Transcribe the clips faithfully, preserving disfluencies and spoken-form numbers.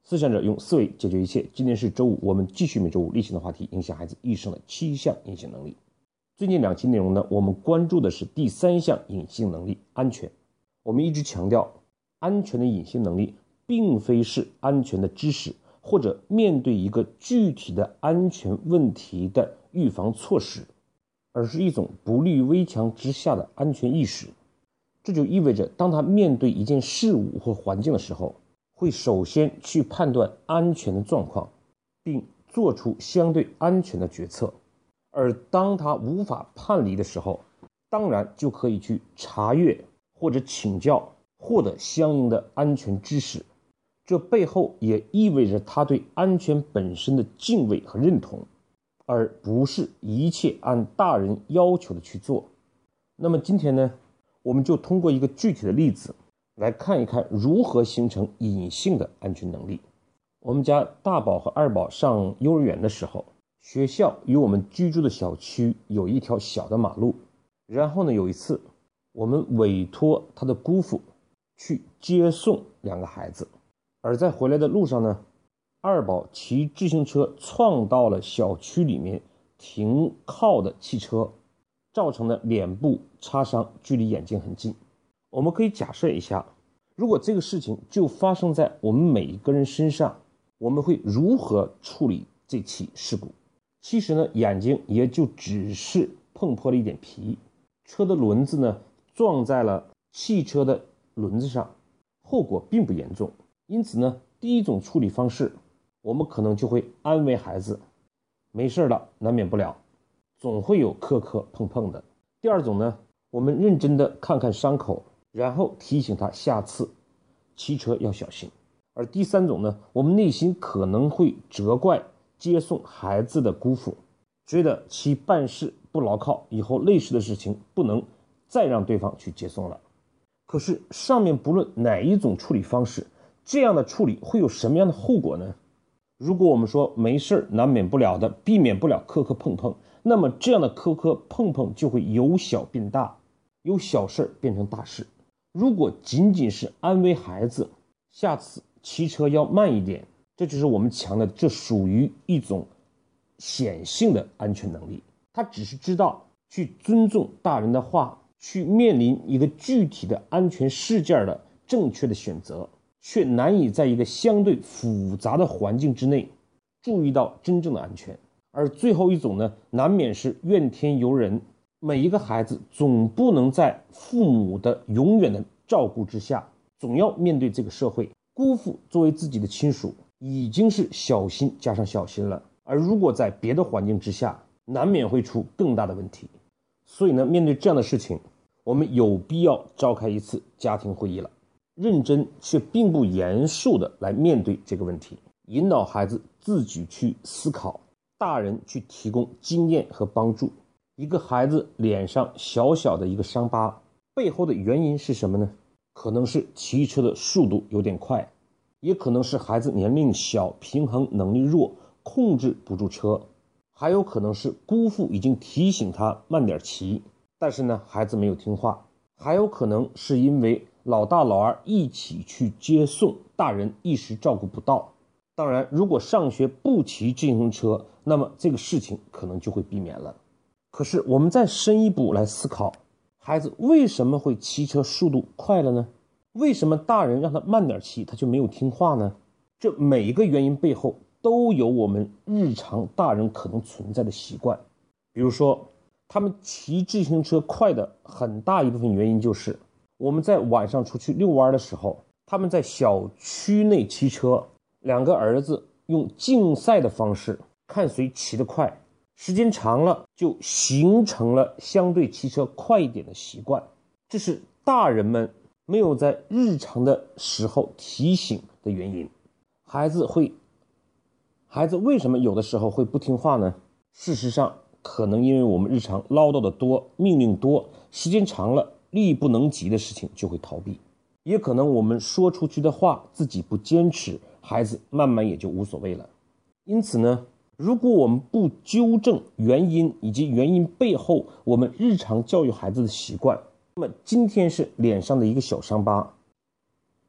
思想者用思维解决一切。今天是周五，我们继续每周五例行的话题，影响孩子一生的七项隐性能力。最近两期内容呢，我们关注的是第三项隐性能力——安全。我们一直强调，安全的隐性能力并非是安全的知识，或者面对一个具体的安全问题的预防措施，而是一种不立于危墙之下的安全意识。这就意味着，当他面对一件事物或环境的时候，会首先去判断安全的状况，并做出相对安全的决策。而当他无法判离的时候，当然就可以去查阅或者请教，获得相应的安全知识。这背后也意味着他对安全本身的敬畏和认同，而不是一切按大人要求的去做。那么今天呢，我们就通过一个具体的例子来看一看如何形成隐性的安全能力。我们家大宝和二宝上幼儿园的时候，学校与我们居住的小区有一条小的马路。然后呢，有一次我们委托他的姑父去接送两个孩子，而在回来的路上呢，二宝骑自行车撞到了小区里面停靠的汽车，造成了脸部擦伤，距离眼睛很近。我们可以假设一下，如果这个事情就发生在我们每一个人身上，我们会如何处理这起事故？其实呢，眼睛也就只是碰破了一点皮，车的轮子呢撞在了汽车的轮子上，后果并不严重。因此呢，第一种处理方式，我们可能就会安慰孩子，没事了，难免不了，总会有磕磕碰碰的。第二种呢，我们认真的看看伤口，然后提醒他下次骑车要小心。而第三种呢，我们内心可能会责怪接送孩子的姑父，觉得其办事不牢靠，以后类似的事情不能再让对方去接送了。可是上面不论哪一种处理方式，这样的处理会有什么样的后果呢？如果我们说没事，难免不了的，避免不了磕磕碰碰，那么这样的磕磕碰碰就会由小变大，由小事变成大事。如果仅仅是安慰孩子下次骑车要慢一点，这就是我们强调的，这属于一种显性的安全能力。他只是知道去尊重大人的话，去面临一个具体的安全事件的正确的选择，却难以在一个相对复杂的环境之内注意到真正的安全。而最后一种呢，难免是怨天尤人。每一个孩子总不能在父母的永远的照顾之下，总要面对这个社会。姑父作为自己的亲属，已经是小心加上小心了，而如果在别的环境之下，难免会出更大的问题。所以呢，面对这样的事情，我们有必要召开一次家庭会议了，认真却并不严肃的来面对这个问题，引导孩子自己去思考，大人去提供经验和帮助。一个孩子脸上小小的一个伤疤，背后的原因是什么呢？可能是骑车的速度有点快，也可能是孩子年龄小，平衡能力弱，控制不住车，还有可能是姑父已经提醒他慢点骑，但是呢，孩子没有听话，还有可能是因为老大老二一起去接送，大人一时照顾不到。当然，如果上学不骑自行车，那么这个事情可能就会避免了。可是我们再深一步来思考，孩子为什么会骑车速度快了呢？为什么大人让他慢点骑，他就没有听话呢？这每一个原因背后都有我们日常大人可能存在的习惯。比如说，他们骑自行车快的很大一部分原因就是我们在晚上出去遛弯的时候，他们在小区内骑车，两个儿子用竞赛的方式看谁骑得快，时间长了就形成了相对骑车快一点的习惯。这是大人们没有在日常的时候提醒的原因。孩子会孩子为什么有的时候会不听话呢？事实上可能因为我们日常唠叨的多，命令多，时间长了力不能及的事情就会逃避，也可能我们说出去的话自己不坚持，孩子慢慢也就无所谓了。因此呢，如果我们不纠正原因以及原因背后我们日常教育孩子的习惯，那么今天是脸上的一个小伤疤，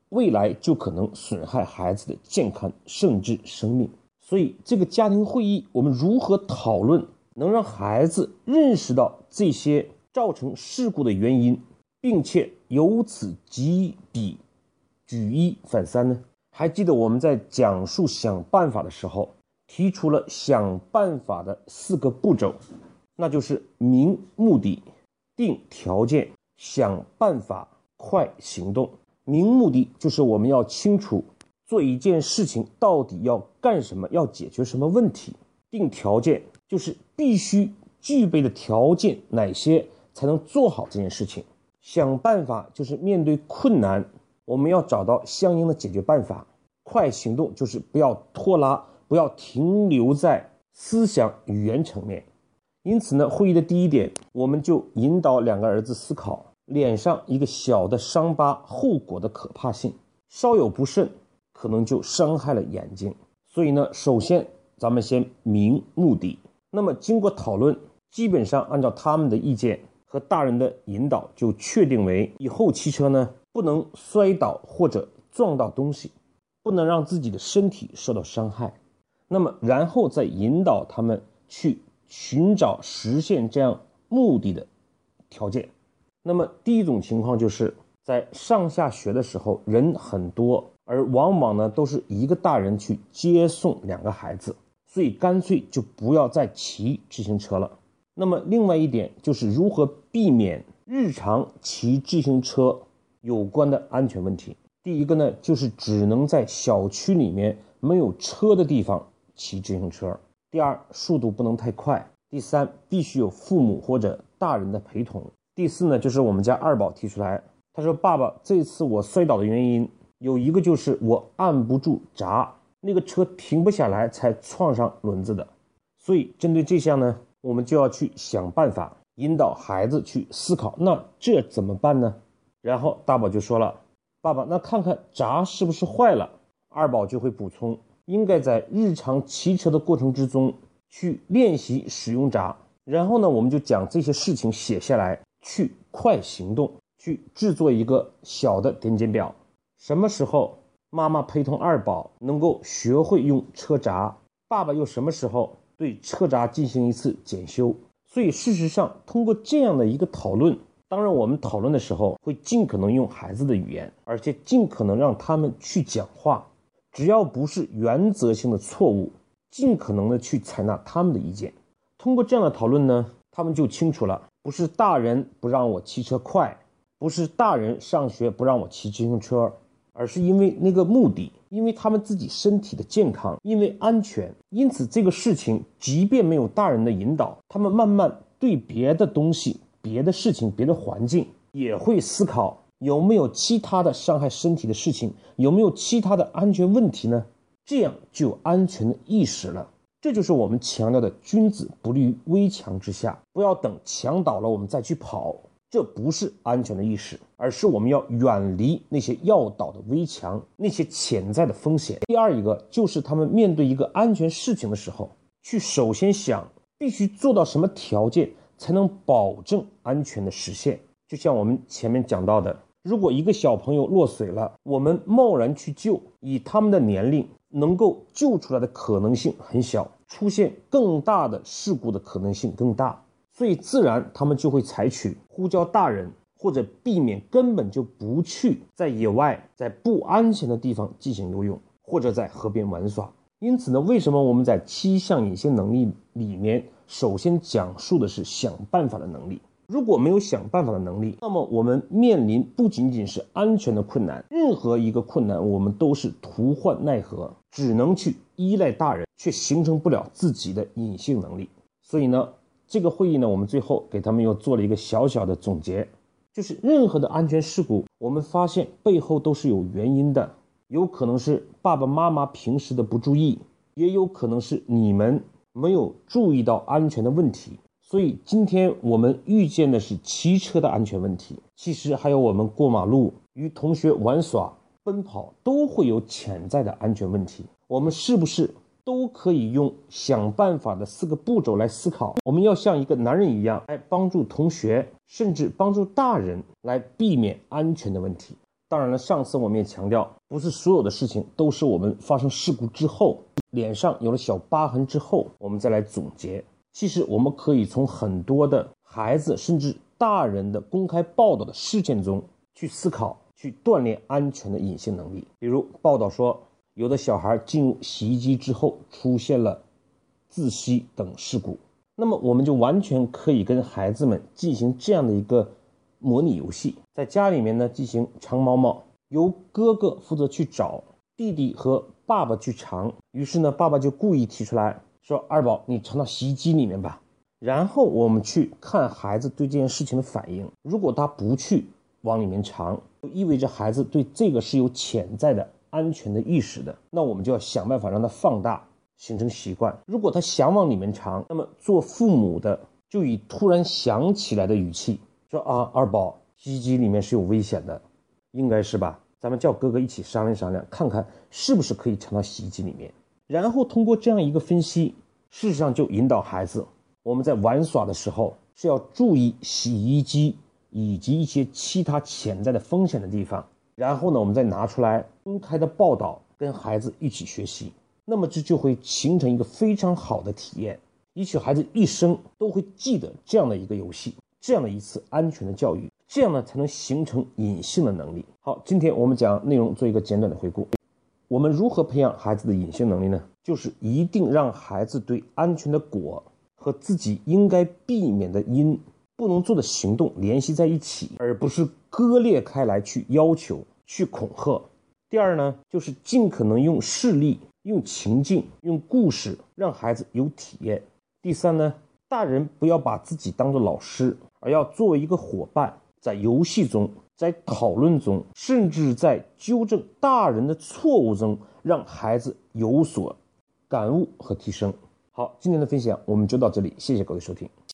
未来就可能损害孩子的健康甚至生命。所以这个家庭会议，我们如何讨论能让孩子认识到这些造成事故的原因，并且由此及彼举一反三呢？还记得我们在讲述想办法的时候提出了想办法的四个步骤，那就是明目的、定条件、想办法、快行动。明目的就是我们要清楚做一件事情到底要干什么，要解决什么问题。定条件就是必须具备的条件哪些才能做好这件事情。想办法就是面对困难我们要找到相应的解决办法。快行动就是不要拖拉，不要停留在思想语言层面。因此呢，会议的第一点，我们就引导两个儿子思考脸上一个小的伤疤后果的可怕性，稍有不慎可能就伤害了眼睛。所以呢，首先咱们先明目的。那么经过讨论，基本上按照他们的意见和大人的引导，就确定为以后骑车呢不能摔倒或者撞到东西，不能让自己的身体受到伤害。那么然后再引导他们去寻找实现这样目的的条件。那么第一种情况就是在上下学的时候人很多，而往往呢都是一个大人去接送两个孩子，所以干脆就不要再骑自行车了。那么另外一点就是如何避免日常骑自行车有关的安全问题。第一个呢，就是只能在小区里面没有车的地方骑自行车。第二，速度不能太快。第三，必须有父母或者大人的陪同。第四呢，就是我们家二宝提出来，他说爸爸，这次我摔倒的原因有一个就是我按不住闸，那个车停不下来才撞上轮子的。所以针对这项呢，我们就要去想办法引导孩子去思考，那这怎么办呢？然后大宝就说了，爸爸，那看看闸是不是坏了。二宝就会补充，应该在日常骑车的过程之中去练习使用闸。然后呢，我们就将这些事情写下来，去快行动，去制作一个小的点检表。什么时候妈妈陪同二宝能够学会用车闸，爸爸又什么时候对车闸进行一次检修。所以事实上通过这样的一个讨论，当然我们讨论的时候会尽可能用孩子的语言，而且尽可能让他们去讲话，只要不是原则性的错误，尽可能的去采纳他们的意见。通过这样的讨论呢，他们就清楚了，不是大人不让我骑车快，不是大人上学不让我骑自行车，而是因为那个目的，因为他们自己身体的健康，因为安全。因此这个事情即便没有大人的引导，他们慢慢对别的东西、别的事情、别的环境也会思考，有没有其他的伤害身体的事情，有没有其他的安全问题呢？这样就有安全的意识了。这就是我们强调的君子不立于危墙之下，不要等墙倒了我们再去跑，这不是安全的意识，而是我们要远离那些要倒的危墙，那些潜在的风险。第二一个就是他们面对一个安全事情的时候，去首先想必须做到什么条件才能保证安全的实现。就像我们前面讲到的，如果一个小朋友落水了，我们贸然去救，以他们的年龄能够救出来的可能性很小，出现更大的事故的可能性更大，所以自然他们就会采取呼叫大人，或者避免根本就不去在野外在不安全的地方进行游泳，或者在河边玩耍。因此呢，为什么我们在七项隐性能力里面首先讲述的是想办法的能力？如果没有想办法的能力，那么我们面临不仅仅是安全的困难，任何一个困难我们都是徒患奈何，只能去依赖大人，却形成不了自己的隐性能力。所以呢，这个会议呢，我们最后给他们又做了一个小小的总结，就是任何的安全事故，我们发现背后都是有原因的，有可能是爸爸妈妈平时的不注意，也有可能是你们没有注意到安全的问题。所以今天我们遇见的是骑车的安全问题，其实还有我们过马路、与同学玩耍、奔跑都会有潜在的安全问题。我们是不是都可以用想办法的四个步骤来思考？我们要像一个男人一样来帮助同学，甚至帮助大人来避免安全的问题。 当然了，上次我们也强调，不是所有的事情都是我们发生事故之后，脸上有了小疤痕之后，我们再来总结。其实我们可以从很多的孩子甚至大人的公开报道的事件中去思考，去锻炼安全的隐性能力。比如报道说，有的小孩进入洗衣机之后出现了窒息等事故，那么我们就完全可以跟孩子们进行这样的一个模拟游戏，在家里面呢进行藏猫猫，由哥哥负责去找，弟弟和爸爸去藏。于是呢，爸爸就故意提出来说，二宝你藏到洗衣机里面吧。然后我们去看孩子对这件事情的反应，如果他不去往里面藏，就意味着孩子对这个是有潜在的安全的意识的，那我们就要想办法让他放大，形成习惯。如果他想往里面藏，那么做父母的就以突然想起来的语气说，啊，二宝，洗衣机里面是有危险的，应该是吧，咱们叫哥哥一起商量商量，看看是不是可以藏到洗衣机里面。然后通过这样一个分析，事实上就引导孩子，我们在玩耍的时候是要注意洗衣机以及一些其他潜在的风险的地方，然后呢，我们再拿出来公开的报道，跟孩子一起学习。那么这就会形成一个非常好的体验，也许孩子一生都会记得这样的一个游戏，这样的一次安全的教育，这样呢才能形成隐性的能力。好，今天我们讲内容做一个简短的回顾。我们如何培养孩子的隐性能力呢？就是一定让孩子对安全的果和自己应该避免的因不能做的行动联系在一起，而不是割裂开来去要求去恐吓。第二呢，就是尽可能用事例、用情境、用故事让孩子有体验。第三呢，大人不要把自己当作老师，而要作为一个伙伴，在游戏中，在讨论中，甚至在纠正大人的错误中，让孩子有所感悟和提升。好，今天的分享我们就到这里，谢谢各位收听。